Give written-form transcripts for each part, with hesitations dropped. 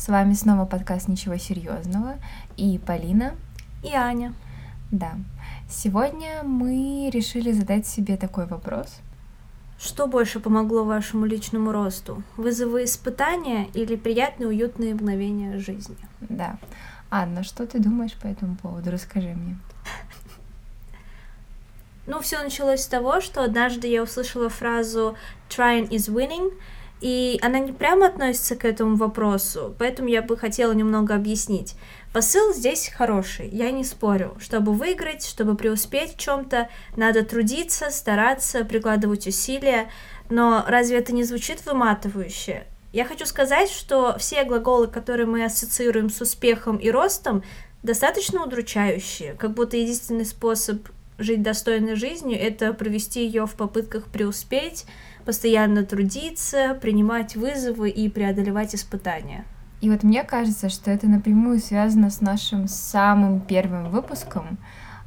С вами снова подкаст «Ничего серьезного» и Полина. И Аня. Да. Сегодня мы решили задать себе такой вопрос. Что больше помогло вашему личному росту? Вызовы испытания или приятные уютные мгновения жизни? Да. Анна, что ты думаешь по этому поводу? Расскажи мне. Все началось с того, что однажды я услышала фразу «trying is winning», и она не прямо относится к этому вопросу, поэтому я бы хотела немного объяснить. Посыл здесь хороший, я не спорю. Чтобы выиграть, чтобы преуспеть в чем-то, надо трудиться, стараться, прикладывать усилия, но разве это не звучит выматывающе? Я хочу сказать, что все глаголы, которые мы ассоциируем с успехом и ростом, достаточно удручающие, как будто единственный способ жить достойной жизнью — это провести ее в попытках преуспеть, постоянно трудиться, принимать вызовы и преодолевать испытания. И вот мне кажется, что это напрямую связано с нашим самым первым выпуском,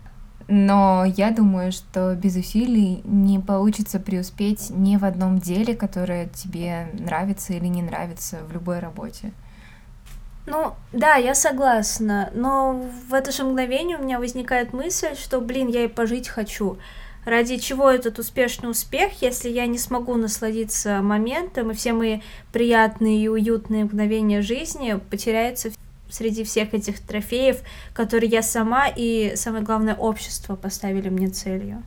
но я думаю, что без усилий не получится преуспеть ни в одном деле, которое тебе нравится или не нравится в любой работе. Да, я согласна, но в это же мгновение у меня возникает мысль, что, я и пожить хочу. Ради чего этот успешный успех, если я не смогу насладиться моментом, и все мои приятные и уютные мгновения жизни потеряются среди всех этих трофеев, которые я сама и, самое главное, общество поставили мне целью.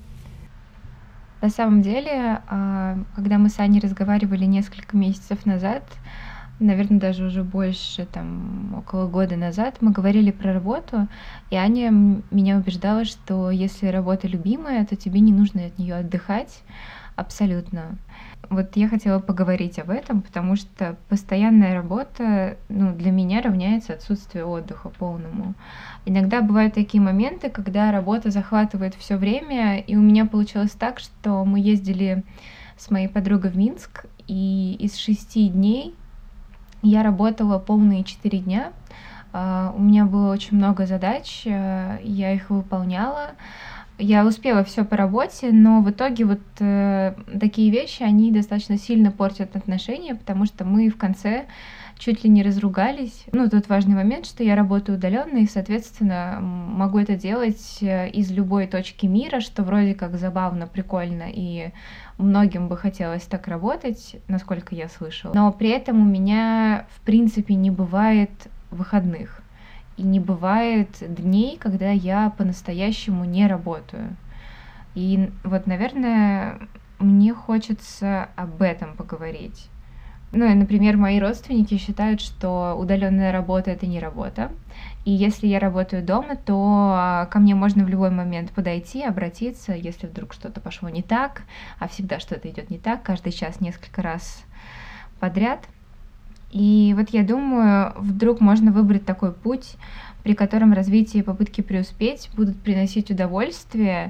На самом деле, когда мы с Аней разговаривали несколько месяцев назад, наверное, даже уже больше, около года назад, мы говорили про работу, и Аня меня убеждала, что если работа любимая, то тебе не нужно от нее отдыхать абсолютно. Вот я хотела поговорить об этом, потому что постоянная работа, для меня равняется отсутствию отдыха полному. Иногда бывают такие моменты, когда работа захватывает все время, и у меня получилось так, что мы ездили с моей подругой в Минск, и из 6 дней я работала полные 4 дня. У меня было очень много задач, я их выполняла. Я успела все по работе, но в итоге такие вещи, они достаточно сильно портят отношения, потому что мы в конце чуть ли не разругались. Тут важный момент, что я работаю удаленно и, соответственно, могу это делать из любой точки мира, что вроде как забавно, прикольно, и многим бы хотелось так работать, насколько я слышала. Но при этом у меня, в принципе, не бывает выходных. И не бывает дней, когда я по-настоящему не работаю. И наверное, мне хочется об этом поговорить. И, например, мои родственники считают, что удаленная работа — это не работа. И если я работаю дома, то ко мне можно в любой момент подойти, обратиться, если вдруг что-то пошло не так, а всегда что-то идет не так, каждый час несколько раз подряд. И я думаю, вдруг можно выбрать такой путь, при котором развитие и попытки преуспеть будут приносить удовольствие.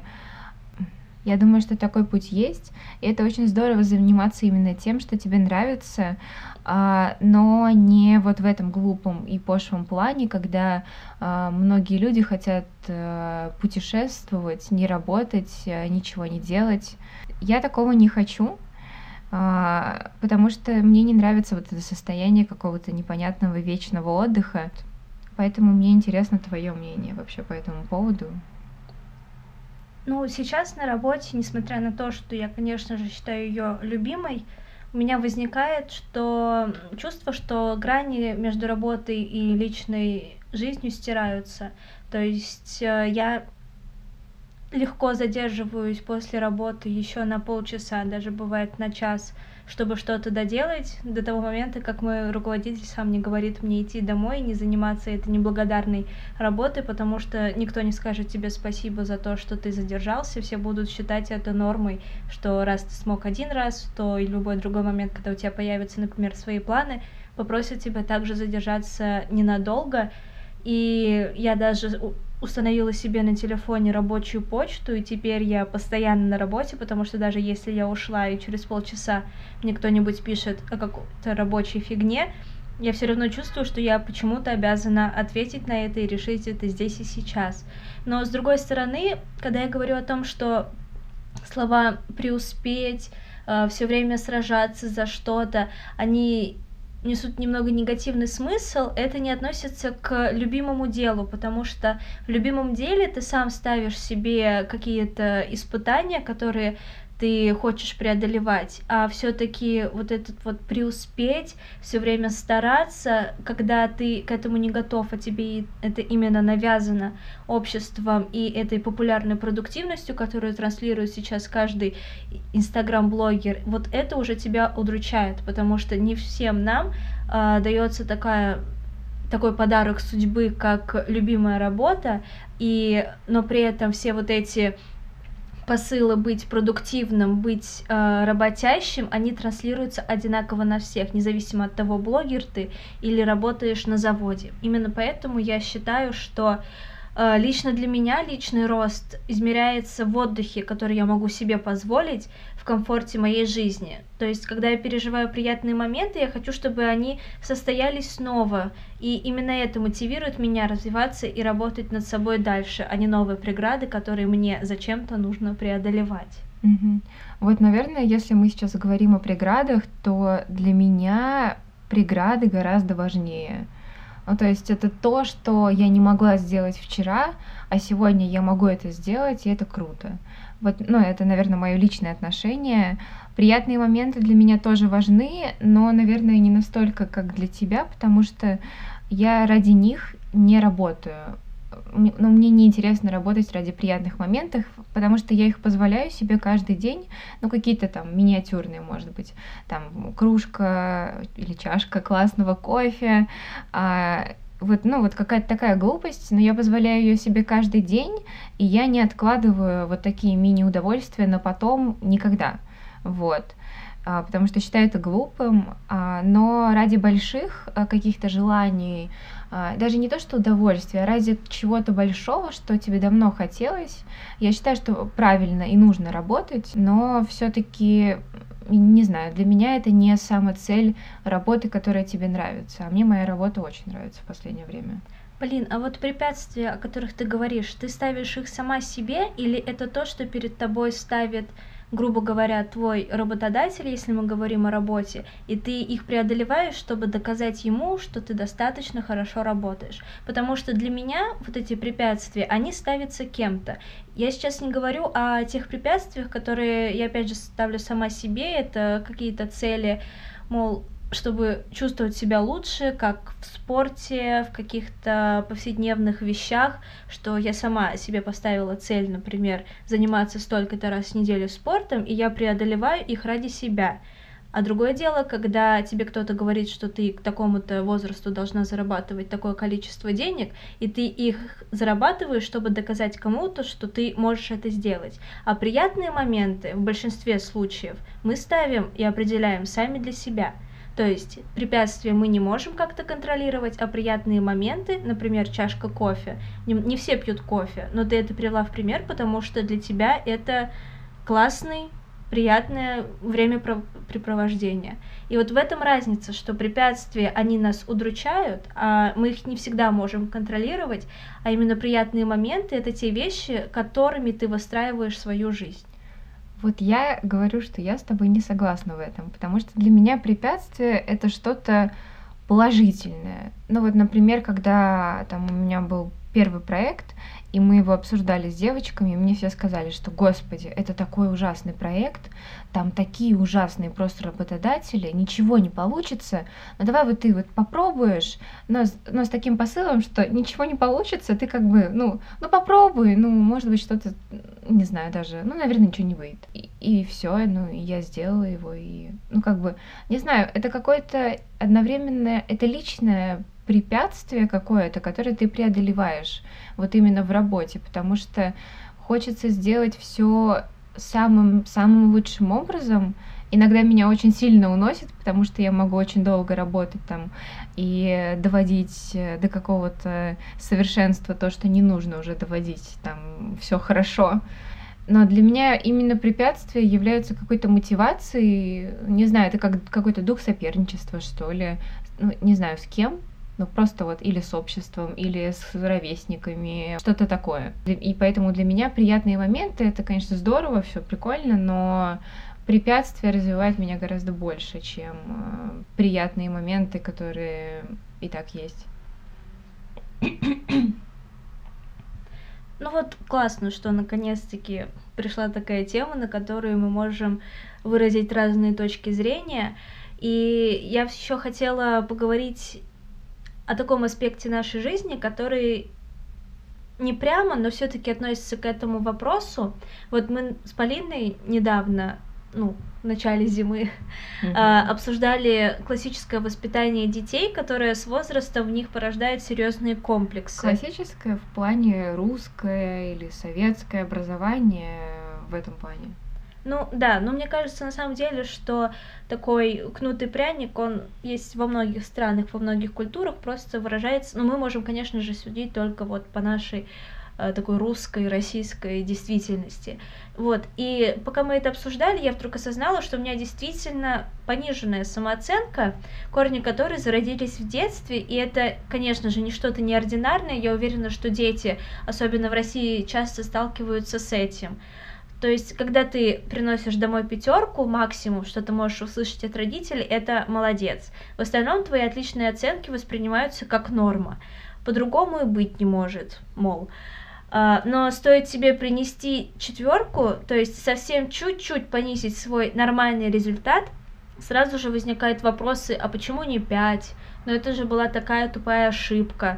Я думаю, что такой путь есть, и это очень здорово заниматься именно тем, что тебе нравится, но не в этом глупом и пошлом плане, когда многие люди хотят путешествовать, не работать, ничего не делать. Я такого не хочу, потому что мне не нравится это состояние какого-то непонятного вечного отдыха. Поэтому мне интересно твое мнение вообще по этому поводу. Сейчас на работе, несмотря на то, что я, конечно же, считаю ее любимой, у меня возникает чувство, что грани между работой и личной жизнью стираются. То есть я легко задерживаюсь после работы еще на полчаса, даже бывает на час, чтобы что-то доделать до того момента, как мой руководитель сам не говорит мне идти домой и не заниматься этой неблагодарной работой, потому что никто не скажет тебе спасибо за то, что ты задержался, все будут считать это нормой, что раз ты смог один раз, то и любой другой момент, когда у тебя появятся, например, свои планы, попросят тебя также задержаться ненадолго. И я даже установила себе на телефоне рабочую почту, и теперь я постоянно на работе, потому что даже если я ушла и через полчаса мне кто-нибудь пишет о какой-то рабочей фигне, я все равно чувствую, что я почему-то обязана ответить на это и решить это здесь и сейчас. Но с другой стороны, когда я говорю о том, что слова «преуспеть», все время сражаться за что-то, они несут немного негативный смысл, это не относится к любимому делу, потому что в любимом деле ты сам ставишь себе какие-то испытания, которые ты хочешь преодолевать, а все-таки вот этот вот преуспеть, все время стараться, когда ты к этому не готов, а тебе это именно навязано обществом и этой популярной продуктивностью, которую транслирует сейчас каждый инстаграм-блогер, вот это уже тебя удручает, потому что не всем нам дается такой подарок судьбы, как любимая работа, но при этом все вот эти посылы быть продуктивным, быть работящим, они транслируются одинаково на всех, независимо от того, блогер ты или работаешь на заводе. Именно поэтому я считаю, что лично для меня личный рост измеряется в отдыхе, который я могу себе позволить в комфорте моей жизни. То есть, когда я переживаю приятные моменты, я хочу, чтобы они состоялись снова. И именно это мотивирует меня развиваться и работать над собой дальше, а не новые преграды, которые мне зачем-то нужно преодолевать. Мгм. Вот, наверное, если мы сейчас говорим о преградах, то для меня преграды гораздо важнее. Ну, то есть это то, что я не могла сделать вчера, а сегодня я могу это сделать, и это круто. Вот, ну, это, наверное, мое личное отношение. Приятные моменты для меня тоже важны, но, наверное, не настолько, как для тебя, потому что я ради них не работаю. Ну, мне неинтересно работать ради приятных моментов, потому что я их позволяю себе каждый день, ну, какие-то там миниатюрные, может быть, там кружка или чашка классного кофе, вот какая-то такая глупость, но я позволяю ее себе каждый день, и я не откладываю вот такие мини-удовольствия на потом никогда, вот. Потому что считаю это глупым, но ради больших каких-то желаний, даже не то что удовольствия, а ради чего-то большого, что тебе давно хотелось, я считаю, что правильно и нужно работать, но все-таки, не знаю, для меня это не самоцель работы, которая тебе нравится, а мне моя работа очень нравится в последнее время. Полин, а вот препятствия, о которых ты говоришь, ты ставишь их сама себе, или это то, что перед тобой ставит, грубо говоря, твой работодатель, если мы говорим о работе, и ты их преодолеваешь, чтобы доказать ему, что ты достаточно хорошо работаешь? Потому что для меня вот эти препятствия, они ставятся кем-то. Я сейчас не говорю о тех препятствиях, которые я опять же ставлю сама себе, это какие-то цели, мол, чтобы чувствовать себя лучше, как в спорте, в каких-то повседневных вещах, что я сама себе поставила цель, например, заниматься столько-то раз в неделю спортом, и я преодолеваю их ради себя. А другое дело, когда тебе кто-то говорит, что ты к такому-то возрасту должна зарабатывать такое количество денег, и ты их зарабатываешь, чтобы доказать кому-то, что ты можешь это сделать. А приятные моменты в большинстве случаев мы ставим и определяем сами для себя. То есть препятствия мы не можем как-то контролировать, а приятные моменты, например, чашка кофе, не все пьют кофе, но ты это привела в пример, потому что для тебя это классный, приятное времяпрепровождение. И вот в этом разница, что препятствия, они нас удручают, а мы их не всегда можем контролировать, а именно приятные моменты — это те вещи, которыми ты выстраиваешь свою жизнь. Вот я говорю, что я с тобой не согласна в этом, потому что для меня препятствие — это что-то положительное. Ну вот, например, когда там у меня был первый проект, и мы его обсуждали с девочками, и мне все сказали, что, господи, это такой ужасный проект, там такие ужасные просто работодатели, ничего не получится, но давай вот ты вот попробуешь, но с таким посылом, что ничего не получится, ты как бы, ну попробуй, ну, может быть, что-то, не знаю даже, ну, наверное, ничего не выйдет. И все, ну, и я сделала его, и, ну, как бы, не знаю, это какое-то одновременно, это личное препятствие какое-то, которое ты преодолеваешь вот именно в работе, потому что хочется сделать все самым лучшим образом. Иногда меня очень сильно уносит, потому что я могу очень долго работать там и доводить до какого-то совершенства то, что не нужно уже доводить, там все хорошо. Но для меня именно препятствия являются какой-то мотивацией, не знаю, это как какой-то дух соперничества, что ли, ну, не знаю, с кем, ну, просто вот или с обществом, или с ровесниками, что-то такое. И поэтому для меня приятные моменты — это, конечно, здорово, все прикольно, но препятствия развивают меня гораздо больше, чем приятные моменты, которые и так есть. Ну вот классно, что наконец-таки пришла такая тема, на которую мы можем выразить разные точки зрения. И я еще хотела поговорить о таком аспекте нашей жизни, который не прямо, но все-таки относится к этому вопросу. Вот мы с Полиной недавно, в начале зимы, обсуждали классическое воспитание детей, которое с возрастом в них порождает серьезные комплексы. Классическое в плане русское или советское образование в этом плане. Ну да, но мне кажется на самом деле, что такой кнут и пряник, он есть во многих странах, во многих культурах, просто выражается, мы можем, конечно же, судить только вот по нашей такой русской, российской действительности. Вот, и пока мы это обсуждали, я вдруг осознала, что у меня действительно пониженная самооценка, корни которой зародились в детстве, и это, конечно же, не что-то неординарное, я уверена, что дети, особенно в России, часто сталкиваются с этим. То есть, когда ты приносишь домой 5, максимум, что ты можешь услышать от родителей, это молодец. В остальном твои отличные оценки воспринимаются как норма. По-другому и быть не может, мол. Но стоит тебе принести 4, то есть совсем чуть-чуть понизить свой нормальный результат, сразу же возникают вопросы, а почему не 5? Но это же была такая тупая ошибка.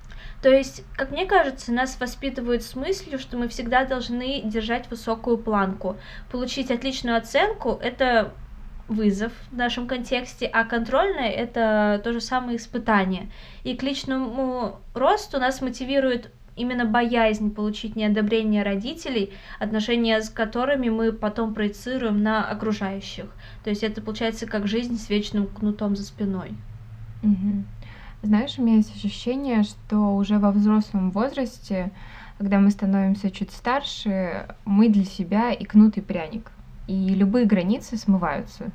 То есть, как мне кажется, нас воспитывают с мыслью, что мы всегда должны держать высокую планку. Получить отличную оценку — это вызов в нашем контексте, а контрольное — это то же самое испытание. И к личному росту нас мотивирует именно боязнь получить неодобрение родителей, отношения с которыми мы потом проецируем на окружающих. То есть это получается как жизнь с вечным кнутом за спиной. Угу. Знаешь, у меня есть ощущение, что уже во взрослом возрасте, когда мы становимся чуть старше, мы для себя и кнут, и пряник. И любые границы смываются.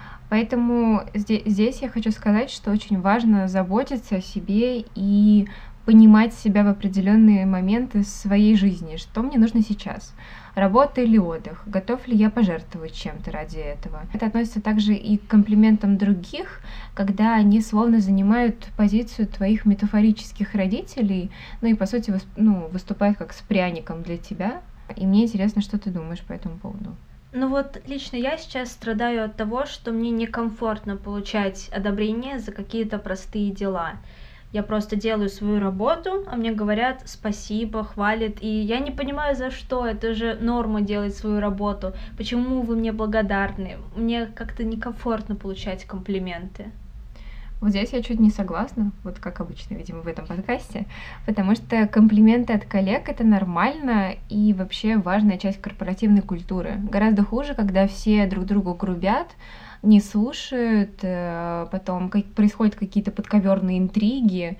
Поэтому здесь я хочу сказать, что очень важно заботиться о себе и понимать себя в определенные моменты своей жизни, что мне нужно сейчас. Работа или отдых? Готов ли я пожертвовать чем-то ради этого? Это относится также и к комплиментам других, когда они словно занимают позицию твоих метафорических родителей, ну и по сути выступают как с пряником для тебя. И мне интересно, что ты думаешь по этому поводу. Ну вот лично я сейчас страдаю от того, что мне некомфортно получать одобрение за какие-то простые дела. Я просто делаю свою работу, а мне говорят спасибо, хвалят, и я не понимаю за что, это же норма делать свою работу, почему вы мне благодарны, мне как-то некомфортно получать комплименты. Вот здесь я чуть не согласна, вот как обычно, видимо, в этом подкасте, потому что комплименты от коллег — это нормально и вообще важная часть корпоративной культуры. Гораздо хуже, когда все друг другу грубят, не слушают, потом происходят какие-то подковерные интриги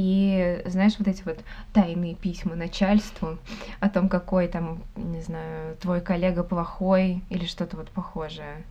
и, знаешь, вот эти вот тайные письма начальству о том, какой там, не знаю, твой коллега плохой или что-то вот похожее.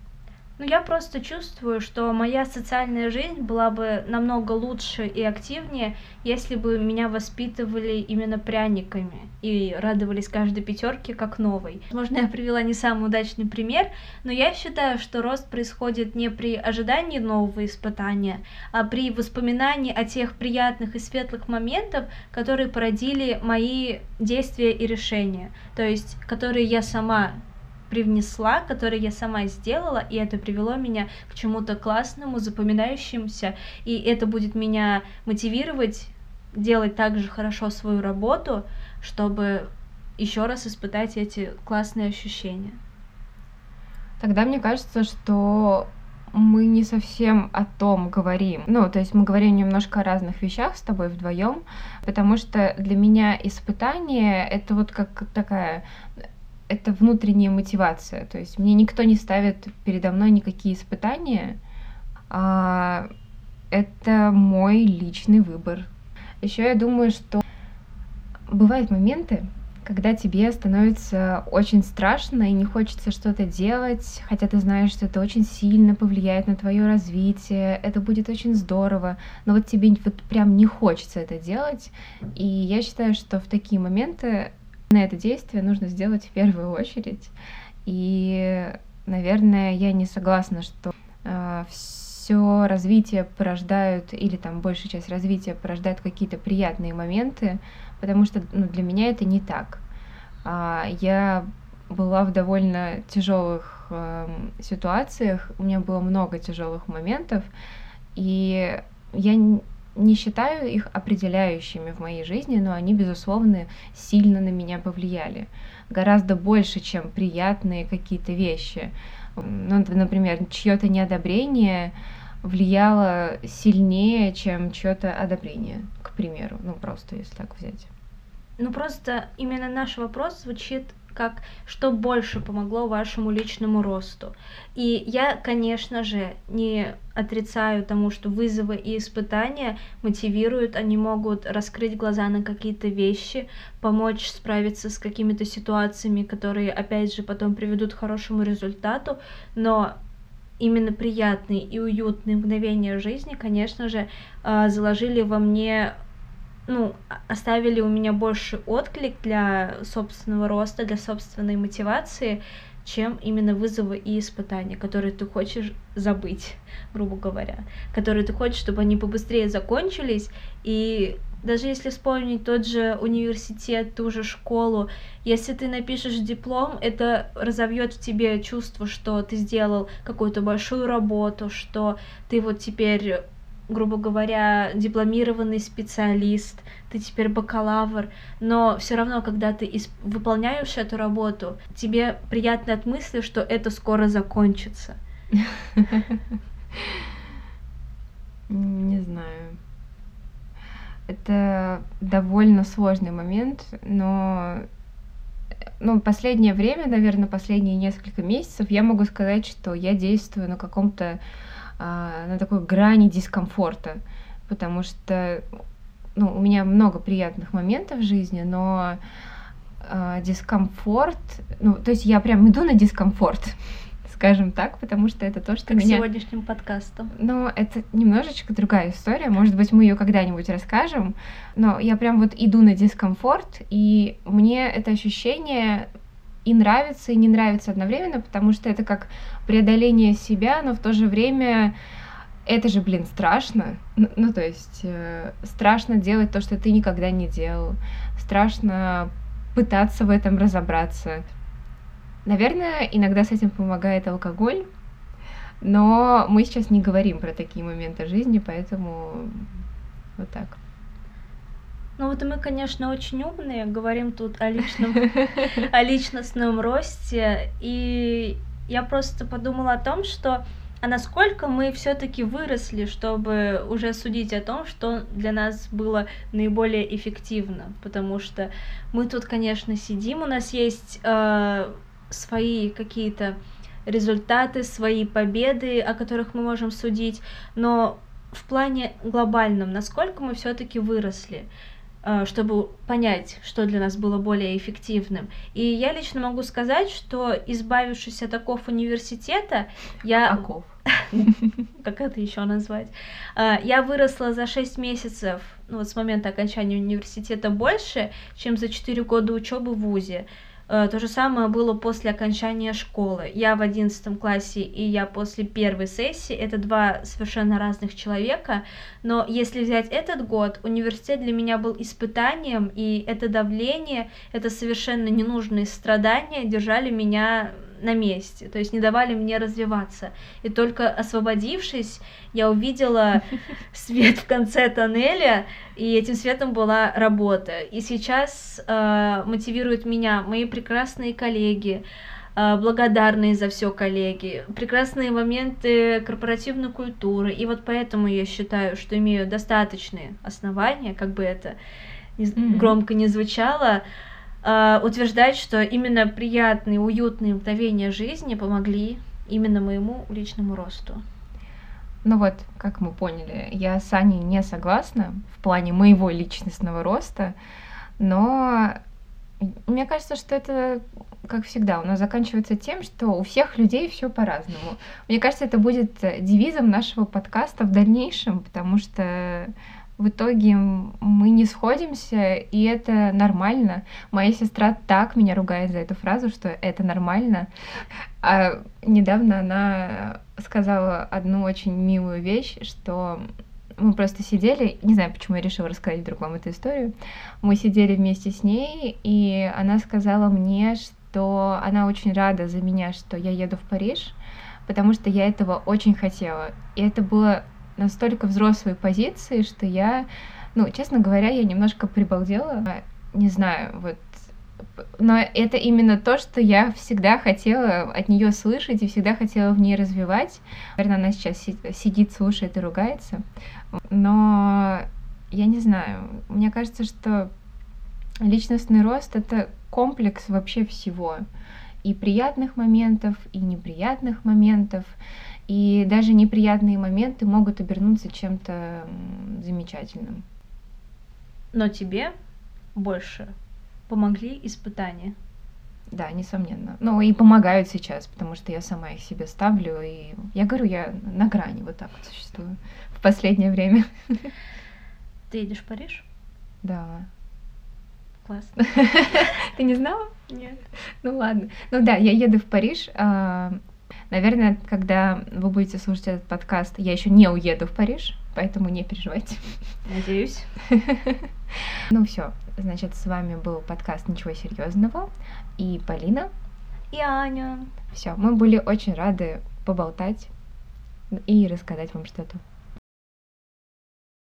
Ну, я просто чувствую, что моя социальная жизнь была бы намного лучше и активнее, если бы меня воспитывали именно пряниками и радовались каждой 5 как новой. Возможно, я привела не самый удачный пример, но я считаю, что рост происходит не при ожидании нового испытания, а при воспоминании о тех приятных и светлых моментах, которые породили мои действия и решения, то есть которые я сама привнесла, которые я сама сделала, и это привело меня к чему-то классному, запоминающемуся, и это будет меня мотивировать делать также хорошо свою работу, чтобы еще раз испытать эти классные ощущения. Тогда мне кажется, что мы не совсем о том говорим. Ну, то есть мы говорим немножко о разных вещах с тобой вдвоем, потому что для меня испытание — это вот как такая... Это внутренняя мотивация. То есть мне никто не ставит передо мной никакие испытания. Это мой личный выбор. Еще я думаю, что бывают моменты, когда тебе становится очень страшно и не хочется что-то делать, хотя ты знаешь, что это очень сильно повлияет на твое развитие, это будет очень здорово, но вот тебе вот прям не хочется это делать. И я считаю, что в такие моменты на это действие нужно сделать в первую очередь. И наверное, я не согласна, что все развитие порождают, или там большая часть развития порождает какие-то приятные моменты, потому что для меня это не так. Я была в довольно тяжелых ситуациях, у меня было много тяжелых моментов, и я не считаю их определяющими в моей жизни, но они, безусловно, сильно на меня повлияли. Гораздо больше, чем приятные какие-то вещи. Ну, например, чье-то неодобрение влияло сильнее, чем чье-то одобрение, к примеру. Ну, просто если так взять. Ну, просто именно наш вопрос звучит как «что больше помогло вашему личному росту?». И я, конечно же, не отрицаю тому, что вызовы и испытания мотивируют, они могут раскрыть глаза на какие-то вещи, помочь справиться с какими-то ситуациями, которые, опять же, потом приведут к хорошему результату, но именно приятные и уютные мгновения жизни, конечно же, заложили во мне, оставили у меня больше отклик для собственного роста, для собственной мотивации, чем именно вызовы и испытания, которые ты хочешь забыть, грубо говоря, которые ты хочешь, чтобы они побыстрее закончились. И даже если вспомнить тот же университет, ту же школу, если ты напишешь диплом, это разовьет в тебе чувство, что ты сделал какую-то большую работу, что ты вот теперь, грубо говоря, дипломированный специалист, ты теперь бакалавр, но все равно, когда ты выполняешь эту работу, тебе приятно от мысли, что это скоро закончится. Не знаю. Это довольно сложный момент, но последнее время, наверное, последние несколько месяцев я могу сказать, что я действую на каком-то на такой грани дискомфорта, потому что у меня много приятных моментов в жизни, но дискомфорт, то есть я прям иду на дискомфорт, скажем так, потому что это то, что как меня... сегодняшним подкастом. Но это немножечко другая история, может быть, мы ее когда-нибудь расскажем, но я прям вот иду на дискомфорт, и мне это ощущение и нравится, и не нравится одновременно, потому что это как преодоление себя, но в то же время это же, страшно. То есть страшно делать то, что ты никогда не делал. Страшно пытаться в этом разобраться. Наверное, иногда с этим помогает алкоголь, но мы сейчас не говорим про такие моменты жизни, поэтому вот так. Ну вот мы, конечно, очень умные, говорим тут о личностном росте, и я просто подумала о том, что насколько мы все-таки выросли, чтобы уже судить о том, что для нас было наиболее эффективно, потому что мы тут, конечно, сидим, у нас есть свои какие-то результаты, свои победы, о которых мы можем судить, но в плане глобальном, насколько мы все-таки выросли, чтобы понять, что для нас было более эффективным. И я лично могу сказать, что, избавившись от оков университета, Оков. Как это еще назвать? Я выросла за 6 месяцев, с момента окончания университета больше, чем за 4 года учебы в вузе. То же самое было после окончания школы. Я в 11 классе и я после первой сессии. Это два совершенно разных человека. Но если взять этот год, университет для меня был испытанием, и это давление, это совершенно ненужные страдания держали меня на месте, то есть не давали мне развиваться. И только освободившись, я увидела свет в конце тоннеля, и этим светом была работа. И сейчас мотивируют меня мои прекрасные коллеги, благодарные за все коллеги, прекрасные моменты корпоративной культуры. И вот поэтому я считаю, что имею достаточные основания, как бы это громко не звучало, утверждать, что именно приятные, уютные мгновения жизни помогли именно моему личному росту. Ну вот, как мы поняли, я с Аней не согласна в плане моего личностного роста, но мне кажется, что это, как всегда, у нас заканчивается тем, что у всех людей все по-разному. Мне кажется, это будет девизом нашего подкаста в дальнейшем, потому что в итоге мы не сходимся, и это нормально. Моя сестра так меня ругает за эту фразу, что это нормально. А недавно она сказала одну очень милую вещь, что мы просто сидели, не знаю, почему я решила рассказать вдруг вам эту историю. Мы сидели вместе с ней, и она сказала мне, что она очень рада за меня, что я еду в Париж, потому что я этого очень хотела. И это было настолько взрослой позиции, что я, ну, честно говоря, я немножко прибалдела. Не знаю, вот. Но это именно то, что я всегда хотела от нее слышать и всегда хотела в ней развивать. Наверное, она сейчас сидит, слушает и ругается. Но я не знаю. Мне кажется, что личностный рост — это комплекс вообще всего. И приятных моментов, и неприятных моментов. И даже неприятные моменты могут обернуться чем-то замечательным. Но тебе больше помогли испытания. Да, несомненно. Ну и помогают сейчас, потому что я сама их себе ставлю. И я говорю, я на грани вот так вот существую в последнее время. Ты едешь в Париж? Да. Классно. Ты не знала? Нет. Ну ладно. Ну да, я еду в Париж. Наверное, когда вы будете слушать этот подкаст, я еще не уеду в Париж, поэтому не переживайте. Надеюсь. Ну все, значит, с вами был подкаст «Ничего серьезного» и Полина. И Аня. Все, мы были очень рады поболтать и рассказать вам что-то.